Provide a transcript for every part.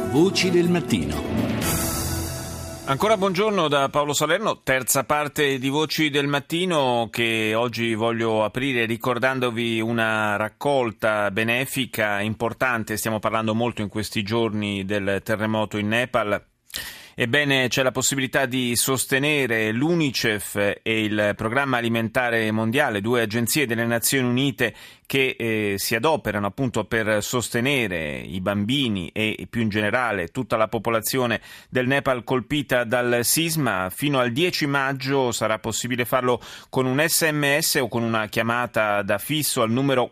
Voci del mattino. Ancora buongiorno da Paolo Salerno, terza parte di Voci del Mattino che oggi voglio aprire ricordandovi una raccolta benefica importante. Stiamo parlando molto in questi giorni del terremoto in Nepal. Ebbene, c'è la possibilità di sostenere l'UNICEF e il Programma Alimentare Mondiale, due agenzie delle Nazioni Unite che si adoperano appunto per sostenere i bambini e più in generale tutta la popolazione del Nepal colpita dal sisma. Fino al 10 maggio sarà possibile farlo con un SMS o con una chiamata da fisso al numero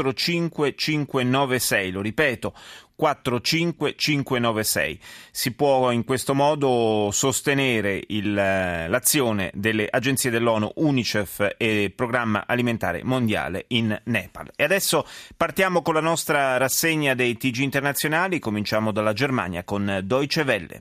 45596, lo ripeto, 45596. Si può in questo modo sostenere l'azione delle agenzie dell'ONU, UNICEF e Programma Alimentare Mondiale in Nepal. E adesso partiamo con la nostra rassegna dei TG internazionali. Cominciamo dalla Germania con Deutsche Welle.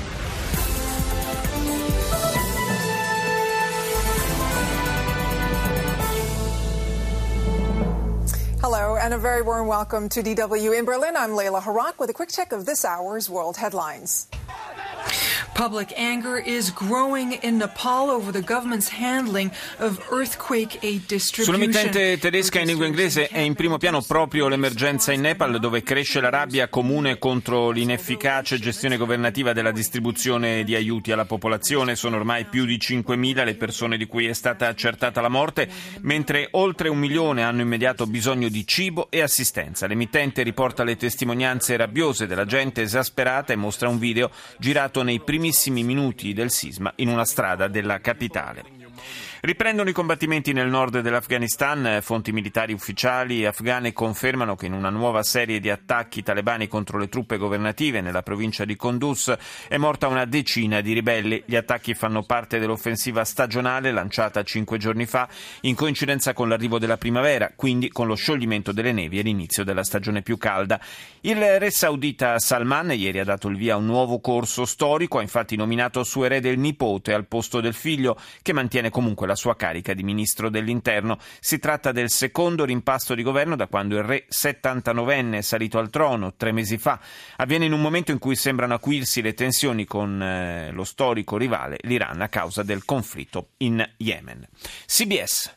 Hello and a very warm welcome to DW in Berlin. I'm Layla Harak with a quick check of this hour's world headlines. Public anger is growing in Nepal over the government's handling of earthquake aid distribution. Sull'emittente tedesca in lingua inglese è in primo piano proprio l'emergenza in Nepal, dove cresce la rabbia comune contro l'inefficace gestione governativa della distribuzione di aiuti alla popolazione. Sono ormai più di 5.000 le persone di cui è stata accertata la morte, mentre oltre 1 milione hanno immediato bisogno di cibo e assistenza. L'emittente riporta le testimonianze rabbiose della gente esasperata e mostra un video girato nei primissimi minuti del sisma in una strada della capitale. Riprendono i combattimenti nel nord dell'Afghanistan. Fonti militari ufficiali afghane confermano che in una nuova serie di attacchi talebani contro le truppe governative nella provincia di Kunduz è morta una decina di ribelli. Gli attacchi fanno parte dell'offensiva stagionale lanciata 5 giorni fa in coincidenza con l'arrivo della primavera, quindi con lo scioglimento delle nevi e l'inizio della stagione più calda. Il re saudita Salman ieri ha dato il via a un nuovo corso storico, ha infatti nominato suo erede il nipote al posto del figlio, che mantiene comunque la sua carica di ministro dell'interno. Si tratta del secondo rimpasto di governo da quando il re 79enne è salito al trono 3 mesi fa. Avviene in un momento in cui sembrano acuirsi le tensioni con lo storico rivale, l'Iran, a causa del conflitto in Yemen. CBS.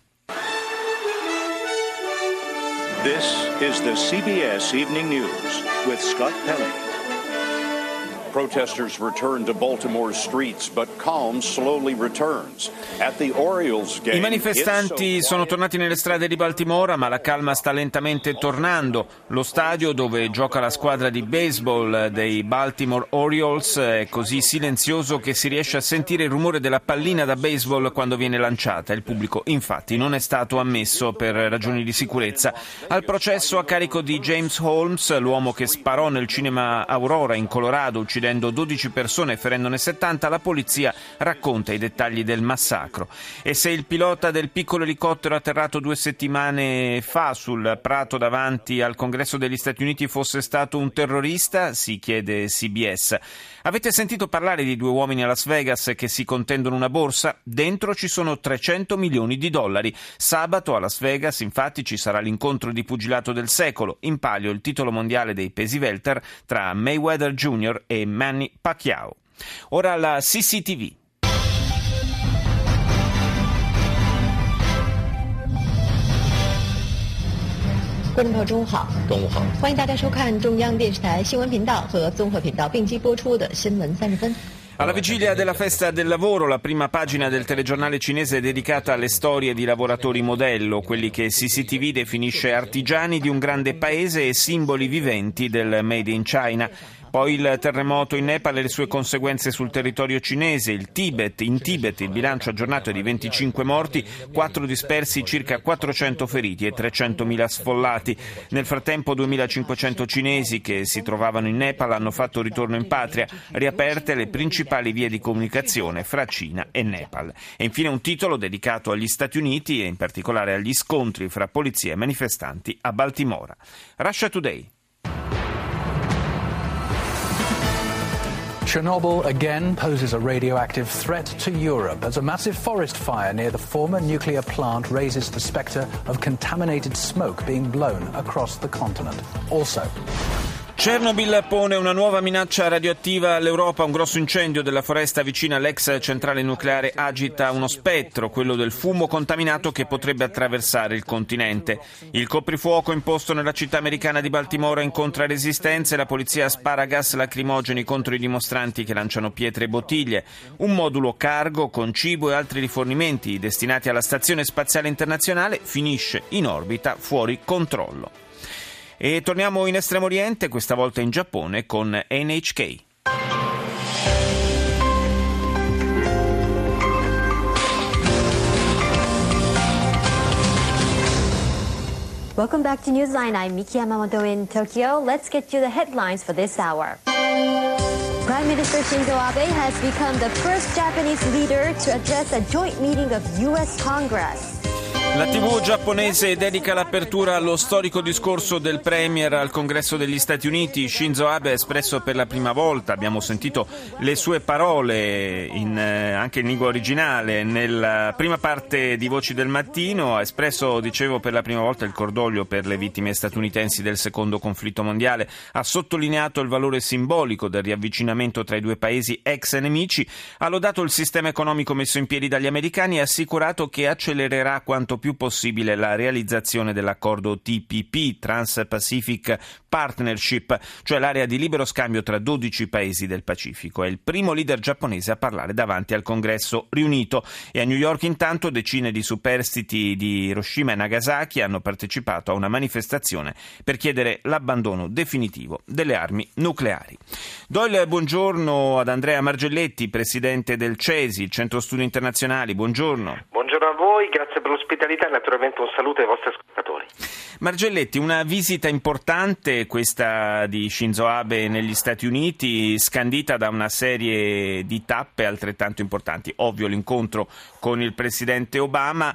This is the CBS Evening News with Scott Pelley. Protesters return to Baltimore's streets, but calm slowly returns. At the Orioles game, I manifestanti sono tornati nelle strade di Baltimora, ma la calma sta lentamente tornando. Lo stadio dove gioca la squadra di baseball dei Baltimore Orioles è così silenzioso che si riesce a sentire il rumore della pallina da baseball quando viene lanciata. Il pubblico, infatti, non è stato ammesso per ragioni di sicurezza. Al processo a carico di James Holmes, l'uomo che sparò nel cinema Aurora in Colorado, uccidendo 12 persone e ferendone 70, la polizia racconta i dettagli del massacro. E se il pilota del piccolo elicottero atterrato 2 settimane fa sul prato davanti al Congresso degli Stati Uniti fosse stato un terrorista? Si chiede CBS. Avete sentito parlare di 2 uomini a Las Vegas che si contendono una borsa? Dentro ci sono $300 milioni. Sabato a Las Vegas, infatti, ci sarà l'incontro di pugilato del secolo. In palio il titolo mondiale dei pesi welter tra Mayweather Jr. e Manny Pacquiao. Ora la CCTV. 观众朋友中午好，欢迎大家收看中央电视台新闻频道和综合频道并机播出的新闻30分。 Alla vigilia della festa del lavoro, la prima pagina del telegiornale cinese è dedicata alle storie di lavoratori modello, quelli che CCTV definisce artigiani di un grande paese e simboli viventi del Made in China. Poi il terremoto in Nepal e le sue conseguenze sul territorio cinese, in Tibet il bilancio aggiornato è di 25 morti, 4 dispersi, circa 400 feriti e 300.000 sfollati. Nel frattempo 2.500 cinesi che si trovavano in Nepal hanno fatto ritorno in patria, riaperte le principali vie di comunicazione fra Cina e Nepal. E infine un titolo dedicato agli Stati Uniti e in particolare agli scontri fra polizia e manifestanti a Baltimora. Russia Today. Chernobyl again poses a radioactive threat to Europe as a massive forest fire near the former nuclear plant raises the spectre of contaminated smoke being blown across the continent. Also, Chernobyl pone una nuova minaccia radioattiva all'Europa. Un grosso incendio della foresta vicina all'ex centrale nucleare agita uno spettro, quello del fumo contaminato che potrebbe attraversare il continente. Il coprifuoco imposto nella città americana di Baltimora incontra resistenze. La polizia spara gas lacrimogeni contro i dimostranti che lanciano pietre e bottiglie. Un modulo cargo con cibo e altri rifornimenti destinati alla Stazione Spaziale Internazionale finisce in orbita fuori controllo. E torniamo in Estremo Oriente, questa volta in Giappone, con NHK. Welcome back to Newsline. I'm Miki Yamamoto in Tokyo. Let's get you the headlines for this hour. Prime Minister Shinzo Abe has become the first Japanese leader to address a joint meeting of U.S. Congress. La TV giapponese dedica l'apertura allo storico discorso del Premier al Congresso degli Stati Uniti. Shinzo Abe ha espresso per la prima volta, abbiamo sentito le sue parole anche in lingua originale, nella prima parte di Voci del Mattino, ha espresso, dicevo, per la prima volta il cordoglio per le vittime statunitensi del secondo conflitto mondiale, ha sottolineato il valore simbolico del riavvicinamento tra i due paesi ex nemici, ha lodato il sistema economico messo in piedi dagli americani e ha assicurato che accelererà quanto più possibile la realizzazione dell'accordo TPP, Trans-Pacific Partnership, cioè l'area di libero scambio tra 12 paesi del Pacifico. È il primo leader giapponese a parlare davanti al Congresso riunito e a New York intanto decine di superstiti di Hiroshima e Nagasaki hanno partecipato a una manifestazione per chiedere l'abbandono definitivo delle armi nucleari. Do il buongiorno ad Andrea Margelletti, presidente del CESI, il Centro Studi Internazionali. Buongiorno. Buongiorno a voi, grazie per l'ospitalità e naturalmente un saluto ai vostri ascoltatori. Margelletti, una visita importante questa di Shinzo Abe negli Stati Uniti, scandita da una serie di tappe altrettanto importanti. Ovvio l'incontro con il presidente Obama,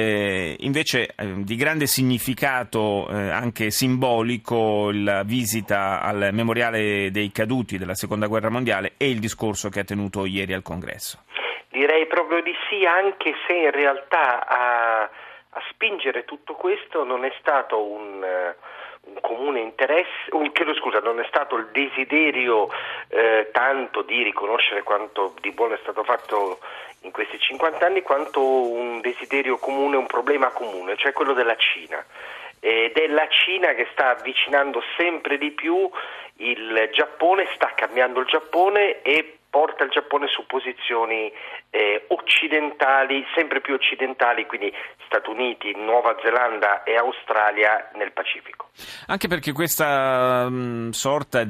invece di grande significato anche simbolico la visita al memoriale dei caduti della Seconda Guerra Mondiale e il discorso che ha tenuto ieri al Congresso. Direi proprio di sì, anche se in realtà a spingere tutto questo non è stato un comune interesse, non è stato il desiderio tanto di riconoscere quanto di buono è stato fatto in questi 50 anni, quanto un desiderio comune, un problema comune, cioè quello della Cina. Ed è la Cina che sta avvicinando sempre di più il Giappone, sta cambiando il Giappone e porta il Giappone su posizioni occidentali, sempre più occidentali, quindi Stati Uniti, Nuova Zelanda e Australia nel Pacifico. Anche perché questa sorta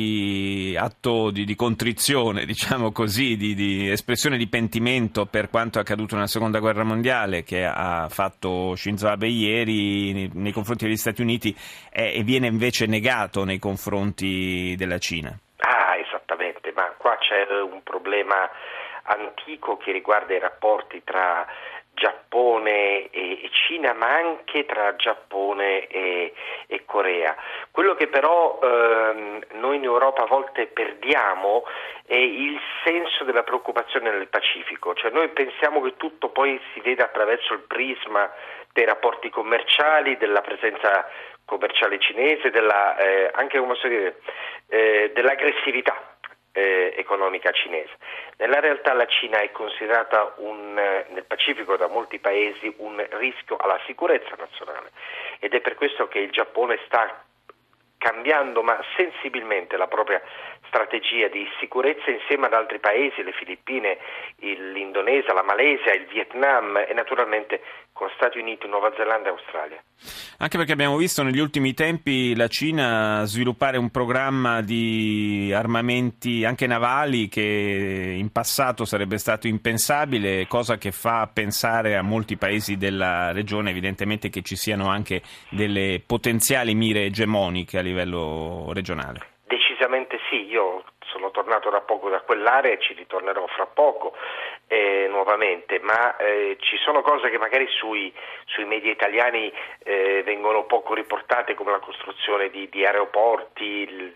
di atto di contrizione, diciamo così, di espressione di pentimento per quanto accaduto nella Seconda Guerra Mondiale che ha fatto Shinzo Abe ieri nei confronti degli Stati Uniti e viene invece negato nei confronti della Cina. Esattamente, ma qua c'è un problema antico che riguarda i rapporti tra Giappone e Cina, ma anche tra Giappone e Corea. Quello che però noi in Europa a volte perdiamo è il senso della preoccupazione nel Pacifico, cioè noi pensiamo che tutto poi si veda attraverso il prisma dei rapporti commerciali, della presenza commerciale cinese, anche come posso dire, dell'aggressività economica cinese. Nella realtà la Cina è considerata nel Pacifico da molti paesi un rischio alla sicurezza nazionale ed è per questo che il Giappone sta cambiando ma sensibilmente la propria strategia di sicurezza insieme ad altri paesi, le Filippine, l'Indonesia, la Malesia, il Vietnam e naturalmente con Stati Uniti, Nuova Zelanda e Australia. Anche perché abbiamo visto negli ultimi tempi la Cina sviluppare un programma di armamenti anche navali che in passato sarebbe stato impensabile, cosa che fa pensare a molti paesi della regione evidentemente che ci siano anche delle potenziali mire egemoniche a livello regionale. Decisamente sì, io sono tornato da poco da quell'area e ci ritornerò fra poco nuovamente, ma ci sono cose che magari sui media italiani vengono poco riportate, come la costruzione di aeroporti,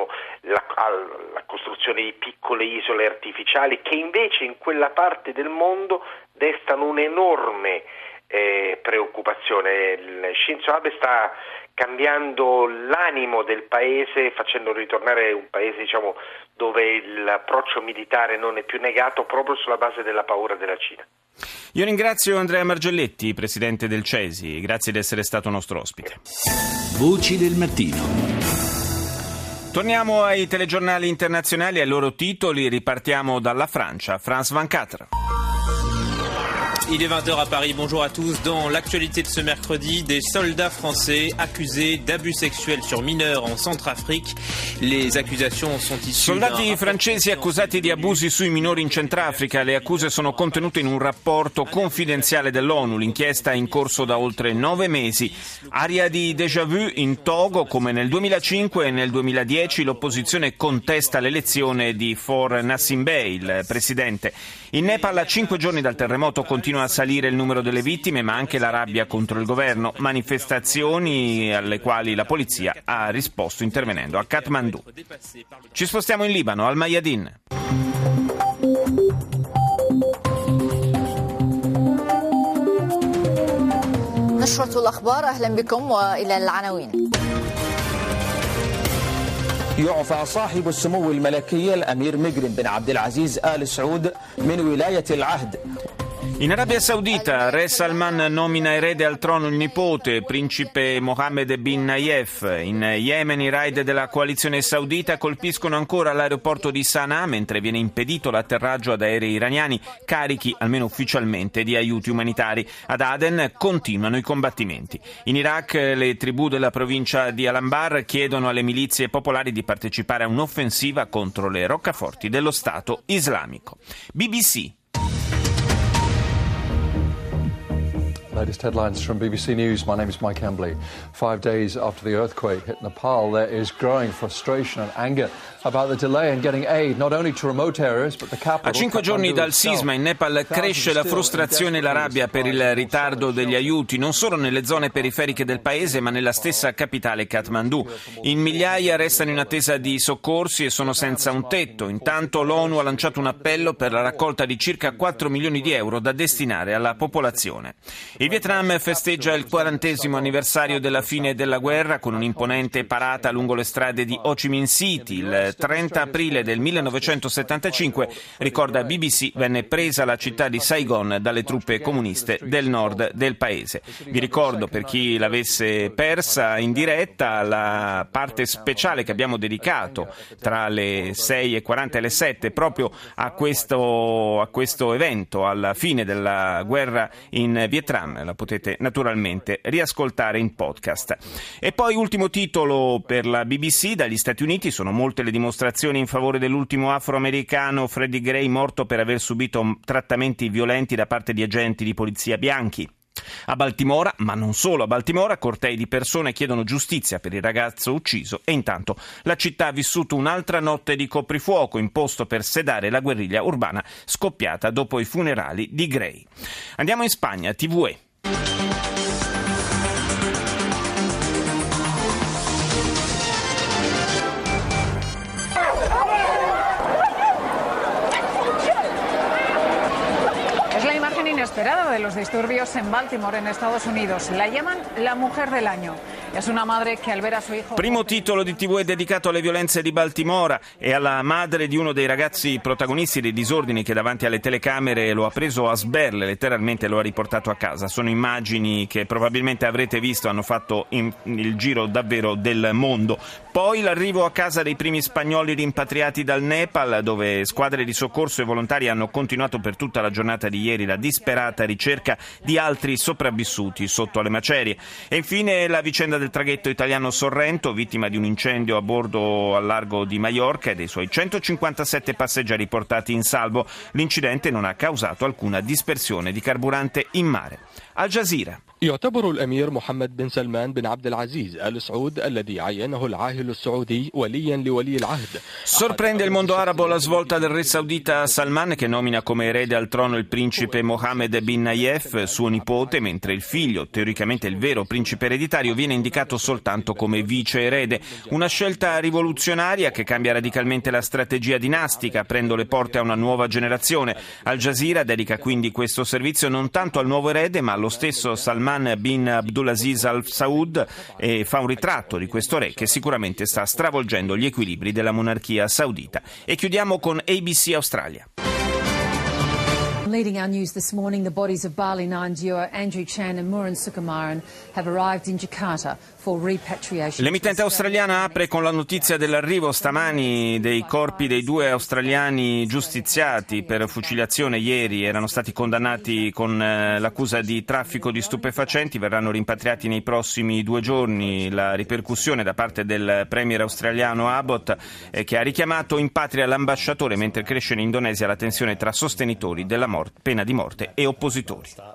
la costruzione di piccole isole artificiali, che invece in quella parte del mondo destano un enorme preoccupazione. Shinzo Abe sta cambiando l'animo del paese, facendo ritornare un paese, diciamo, dove l'approccio militare non è più negato proprio sulla base della paura della Cina. Io ringrazio Andrea Margelletti, presidente del CESI, grazie di essere stato nostro ospite. Voci del mattino. Torniamo ai telegiornali internazionali e ai loro titoli, ripartiamo dalla Francia. France 24. Il est 20h à Paris, bonjour à tous. Dans l'actualité de ce mercredi, des soldats français accusés d'abus sexuels sur mineurs en Centrafrique. Les accusations sont issues Soldati francesi accusati di abusi sui minori in Centrafrica. Le accuse sono contenute in un rapporto confidenziale dell'ONU. L'inchiesta è in corso da oltre 9 mesi. Aria di déjà vu in Togo, come nel 2005 e nel 2010 l'opposizione contesta l'elezione di Faure Gnassingbé, il presidente. In Nepal, a 5 giorni dal terremoto, continua a salire il numero delle vittime, ma anche la rabbia contro il governo. Manifestazioni alle quali la polizia ha risposto intervenendo a Kathmandu. Ci spostiamo in Libano, al Mayadin. نشرة الأخبار أهلا بكم وإلى العناوين. يعفى صاحب السمو الملكي الأمير مقرن بن عبد العزيز آل سعود من ولاية العهد. In Arabia Saudita, Re Salman nomina erede al trono il nipote, principe Mohammed bin Nayef. In Yemen, i raid della coalizione saudita colpiscono ancora l'aeroporto di Sana'a, mentre viene impedito l'atterraggio ad aerei iraniani carichi, almeno ufficialmente, di aiuti umanitari. Ad Aden continuano i combattimenti. In Iraq, le tribù della provincia di Al-Anbar chiedono alle milizie popolari di partecipare a un'offensiva contro le roccaforti dello Stato islamico. BBC. Latest headlines from BBC News. My name is Mike Embley. 5 days after the earthquake hit Nepal, there is growing frustration and anger about the delay in getting aid, not only to remote areas, but the capital. A 5 giorni dal sisma in Nepal cresce la frustrazione e la rabbia per il ritardo degli aiuti, non solo nelle zone periferiche del paese, ma nella stessa capitale Kathmandu. In migliaia restano in attesa di soccorsi e sono senza un tetto. Intanto l'ONU ha lanciato un appello per la raccolta di circa 4 milioni di euro da destinare alla popolazione. Il Vietnam festeggia il 40° anniversario della fine della guerra con un'imponente parata lungo le strade di Ho Chi Minh City. Il 30 aprile del 1975, ricorda BBC, venne presa la città di Saigon dalle truppe comuniste del nord del paese. Vi ricordo, per chi l'avesse persa in diretta, la parte speciale che abbiamo dedicato tra le 6:40 e le 7 proprio a questo evento, alla fine della guerra in Vietnam. La potete naturalmente riascoltare in podcast. E poi ultimo titolo per la BBC dagli Stati Uniti. Sono molte le dimostrazioni in favore dell'ultimo afroamericano Freddie Gray, morto per aver subito trattamenti violenti da parte di agenti di polizia bianchi. A Baltimora, ma non solo a Baltimora, cortei di persone chiedono giustizia per il ragazzo ucciso e intanto la città ha vissuto un'altra notte di coprifuoco imposto per sedare la guerriglia urbana scoppiata dopo i funerali di Gray. Andiamo in Spagna, TVE. Inesperada de los disturbios en Baltimore, en Estados Unidos. La llaman la mujer del año. Es una madre que al ver a su hijo... Primo titolo di TV dedicato alle violenze di Baltimora e alla madre di uno dei ragazzi protagonisti dei disordini che davanti alle telecamere lo ha preso a sberle, letteralmente lo ha riportato a casa. Sono immagini che probabilmente avrete visto, hanno fatto il giro davvero del mondo. Poi l'arrivo a casa dei primi spagnoli rimpatriati dal Nepal, dove squadre di soccorso e volontari hanno continuato per tutta la giornata di ieri la disperata ricerca di altri sopravvissuti sotto alle macerie. E infine la vicenda del traghetto italiano Sorrento, vittima di un incendio a bordo al largo di Maiorca e dei suoi 157 passeggeri portati in salvo. L'incidente non ha causato alcuna dispersione di carburante in mare. Al Jazeera. يعتبر الأمير محمد بن سلمان بن عبد العزيز آل سعود الذي عينه العاهل السعودي وليا لولي العهد. Sorprende il mondo arabo la svolta del re saudita Salman, che nomina come erede al trono il principe Mohammed bin Nayef, suo nipote, mentre il figlio, teoricamente il vero principe ereditario, viene indicato soltanto come vice erede. Una scelta rivoluzionaria che cambia radicalmente la strategia dinastica, aprendo le porte a una nuova generazione. Al Jazeera dedica quindi questo servizio non tanto al nuovo erede ma allo stesso Salman bin Abdulaziz Al Saud, e fa un ritratto di questo re che sicuramente sta stravolgendo gli equilibri della monarchia saudita. E chiudiamo con ABC Australia. Leading our news this morning, the bodies of Bali 9 duo Andrew Chan and Muran Sukumaran have arrived in Jakarta for repatriation. L'emittente australiana apre con la notizia dell'arrivo stamani dei corpi dei due australiani giustiziati per fucilazione ieri. Erano stati condannati con l'accusa di traffico di stupefacenti, verranno rimpatriati nei prossimi 2 giorni. La ripercussione da parte del premier australiano Abbott che ha richiamato in patria l'ambasciatore, mentre cresce in Indonesia la tensione tra sostenitori della pena di morte e oppositori.